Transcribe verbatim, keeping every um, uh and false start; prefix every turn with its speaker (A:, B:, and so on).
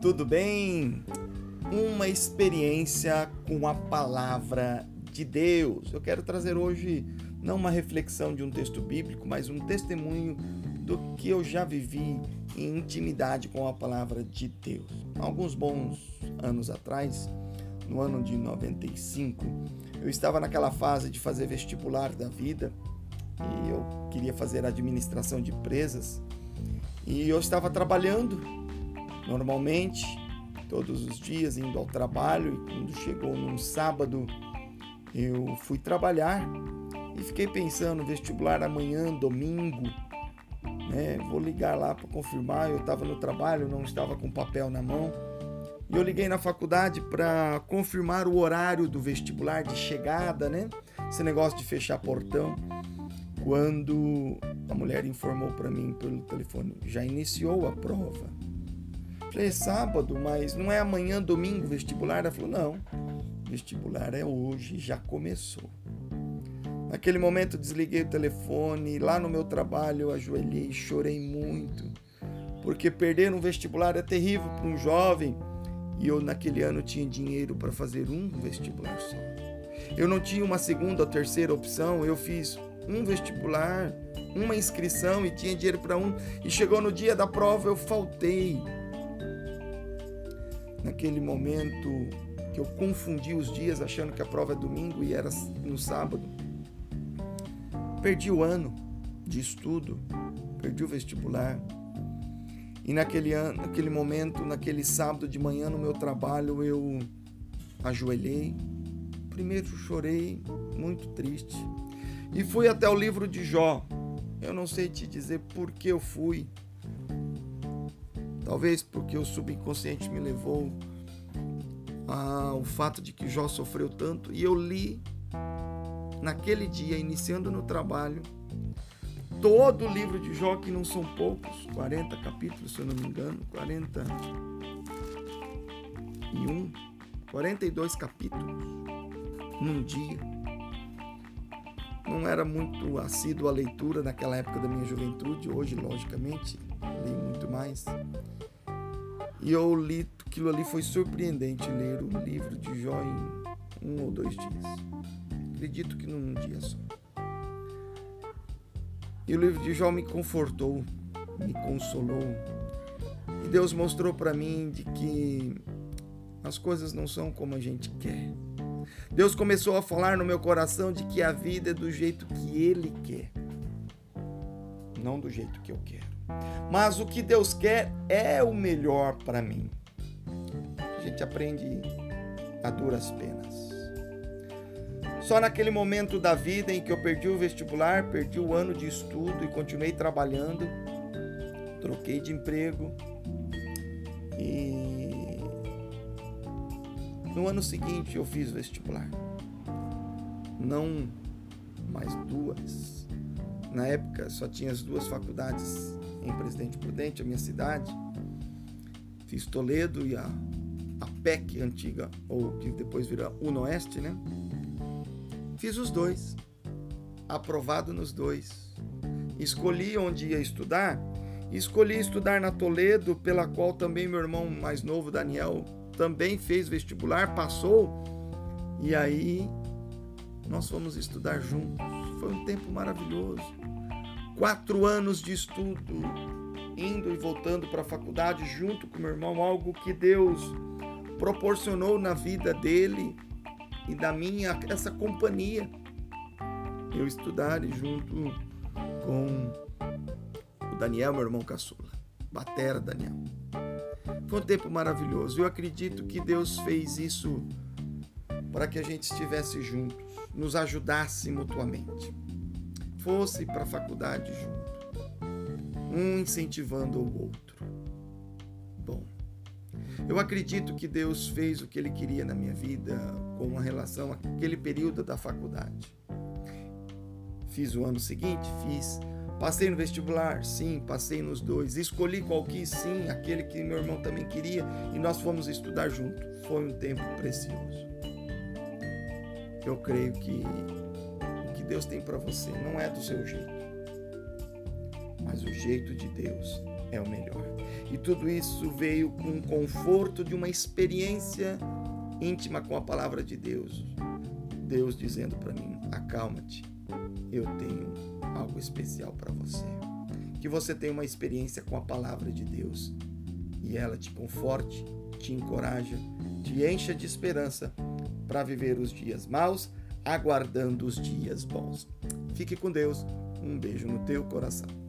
A: tudo bem? Uma experiência com a palavra de Deus. Eu quero trazer hoje não uma reflexão de um texto bíblico, mas um testemunho do que eu já vivi em intimidade com a palavra de Deus. Alguns bons anos atrás, no ano de noventa e cinco, eu estava naquela fase de fazer vestibular da vida e eu queria fazer administração de empresas e eu estava trabalhando normalmente, todos os dias indo ao trabalho, e quando chegou num sábado eu fui trabalhar e fiquei pensando, vestibular amanhã, domingo, né? Vou ligar lá para confirmar. Eu estava no trabalho, não estava com papel na mão, e eu liguei na faculdade para confirmar o horário do vestibular de chegada, né? Esse negócio de fechar portão. Quando a mulher informou para mim pelo telefone, já iniciou a prova. Falei, é sábado, mas não é amanhã, domingo, vestibular? Ela falou, não, vestibular é hoje, já começou. Naquele momento desliguei o telefone, lá no meu trabalho eu ajoelhei e chorei muito, porque perder um vestibular é terrível para um jovem, e eu naquele ano tinha dinheiro para fazer um vestibular só. Eu não tinha uma segunda ou terceira opção, eu fiz um vestibular, uma inscrição e tinha dinheiro para um, e chegou no dia da prova eu faltei. Naquele momento que eu confundi os dias achando que a prova é domingo e era no sábado, perdi o ano de estudo, perdi o vestibular. E naquele, ano, naquele momento, naquele sábado de manhã no meu trabalho, eu ajoelhei. Primeiro chorei, muito triste. E fui até o livro de Jó. Eu não sei te dizer por que eu fui. Talvez porque o subconsciente me levou ao fato de que Jó sofreu tanto. E eu li, naquele dia, iniciando no trabalho, todo o livro de Jó, que não são poucos, quarenta capítulos, se eu não me engano, quarenta e um, quarenta e dois capítulos, num dia. Não era muito assíduo à leitura naquela época da minha juventude, hoje, logicamente, li muito mais. E eu li, aquilo ali foi surpreendente, ler o livro de Jó em um ou dois dias. Acredito que num dia só. E o livro de Jó me confortou, me consolou. E Deus mostrou para mim de que as coisas não são como a gente quer. Deus começou a falar no meu coração de que a vida é do jeito que Ele quer, não do jeito que eu quero. Mas o que Deus quer é o melhor para mim. A gente aprende a duras penas. Só naquele momento da vida em que eu perdi o vestibular, perdi o ano de estudo e continuei trabalhando, troquei de emprego e no ano seguinte eu fiz o vestibular. Não mais duas. Na época só tinha as duas faculdades em Presidente Prudente, a minha cidade. Fiz Toledo e a, a P E C antiga, ou que depois vira Unoeste, né? Fiz os dois, aprovado nos dois. Escolhi onde ia estudar, escolhi estudar na Toledo, pela qual também meu irmão mais novo, Daniel, também fez vestibular, passou, e aí nós fomos estudar juntos. Foi um tempo maravilhoso. Quatro anos de estudo, indo e voltando para a faculdade junto com meu irmão, algo que Deus proporcionou na vida dele e da minha, essa companhia. Eu estudar junto com o Daniel, meu irmão caçula, batera Daniel. Foi um tempo maravilhoso. Eu acredito que Deus fez isso para que a gente estivesse juntos, nos ajudasse mutuamente. Fosse para a faculdade junto, um incentivando o outro. Bom, eu acredito que Deus fez o que Ele queria na minha vida com relação àquele período da faculdade. Fiz o ano seguinte? Fiz. Passei no vestibular? Sim, passei nos dois. Escolhi qual quis? Sim, aquele que meu irmão também queria, e nós fomos estudar junto. Foi um tempo precioso. Eu creio que o que Deus tem para você não é do seu jeito, mas o jeito de Deus é o melhor. E tudo isso veio com o conforto de uma experiência íntima com a palavra de Deus. Deus dizendo para mim: acalma-te, eu tenho algo especial para você. Que você tenha uma experiência com a palavra de Deus e ela te conforte, te encoraja, te encha de esperança para viver os dias maus, aguardando os dias bons. Fique com Deus. Um beijo no teu coração.